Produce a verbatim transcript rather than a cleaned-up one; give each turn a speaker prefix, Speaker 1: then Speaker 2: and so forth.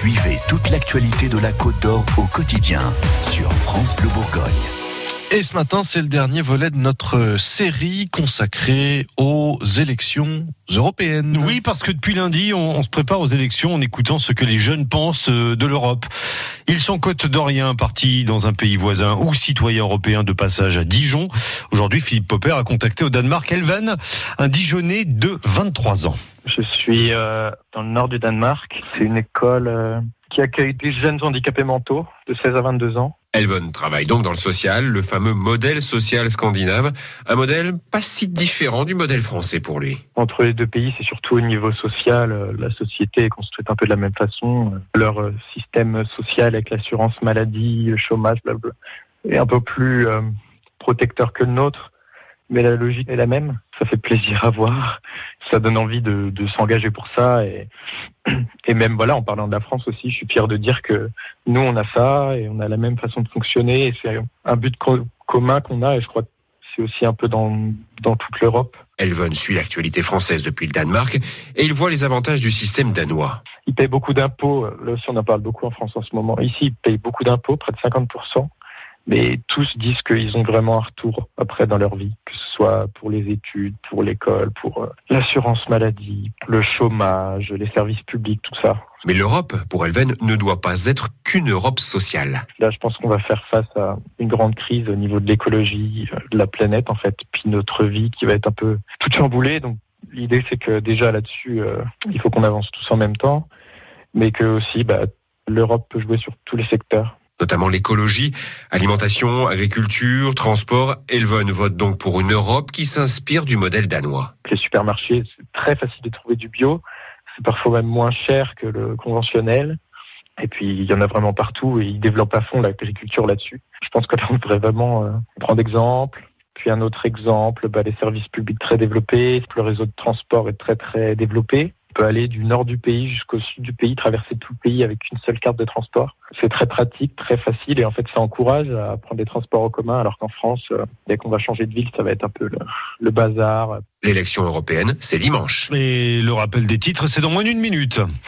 Speaker 1: Suivez toute l'actualité de la Côte d'Or au quotidien sur France Bleu Bourgogne.
Speaker 2: Et ce matin, c'est le dernier volet de notre série consacrée aux élections européennes.
Speaker 3: Oui, parce que depuis lundi, on, on se prépare aux élections en écoutant ce que les jeunes pensent de l'Europe. Ils sont côte d'Orient, partis dans un pays voisin ou citoyens européens de passage à Dijon. Aujourd'hui, Philippe Popper a contacté au Danemark Elven, un Dijonnais de vingt-trois ans.
Speaker 4: Je suis euh, dans le nord du Danemark. C'est une école euh, qui accueille des jeunes handicapés mentaux de seize à vingt-deux ans.
Speaker 5: Elven travaille donc dans le social, le fameux modèle social scandinave, un modèle pas si différent du modèle français pour lui.
Speaker 4: Entre les deux pays, c'est surtout au niveau social, la société est construite un peu de la même façon. Leur système social avec l'assurance maladie, le chômage, blablabla, est un peu plus euh, protecteur que le nôtre, mais la logique est la même. Ça fait plaisir à voir, ça donne envie de, de s'engager pour ça et, et même voilà, en parlant de la France aussi, je suis fier de dire que nous on a ça et on a la même façon de fonctionner et c'est un but co- commun qu'on a et je crois que c'est aussi un peu dans, dans toute l'Europe.
Speaker 5: Elven suit l'actualité française depuis le Danemark et il voit les avantages du système danois.
Speaker 4: Ils payent beaucoup d'impôts, là aussi on en parle beaucoup en France en ce moment. Ici ils payent beaucoup d'impôts, près de cinquante pour cent. Mais tous disent qu'ils ont vraiment un retour après dans leur vie, que ce soit pour les études, pour l'école, pour euh, l'assurance maladie, le chômage, les services publics, tout ça.
Speaker 5: Mais l'Europe, pour Elven, ne doit pas être qu'une Europe sociale.
Speaker 4: Là, je pense qu'on va faire face à une grande crise au niveau de l'écologie, de la planète en fait, puis notre vie qui va être un peu toute chamboulée. Donc l'idée c'est que déjà là-dessus, euh, il faut qu'on avance tous en même temps, mais que aussi bah, l'Europe peut jouer sur tous les secteurs.
Speaker 5: Notamment l'écologie, alimentation, agriculture, transport. Elven vote donc pour une Europe qui s'inspire du modèle danois.
Speaker 4: Les supermarchés, c'est très facile de trouver du bio. C'est parfois même moins cher que le conventionnel. Et puis, il y en a vraiment partout et ils développent à fond l'agriculture là-dessus. Je pense que là, on devrait vraiment euh, prendre exemple. Puis un autre exemple, bah, les services publics très développés. Le réseau de transport est très, très développé. On peut aller du nord du pays jusqu'au sud du pays, traverser tout le pays avec une seule carte de transport. C'est très pratique, très facile et en fait ça encourage à prendre des transports en commun alors qu'en France, dès qu'on va changer de ville, ça va être un peu le, le bazar.
Speaker 5: L'élection européenne, c'est dimanche.
Speaker 3: Et le rappel des titres, c'est dans moins d'une minute.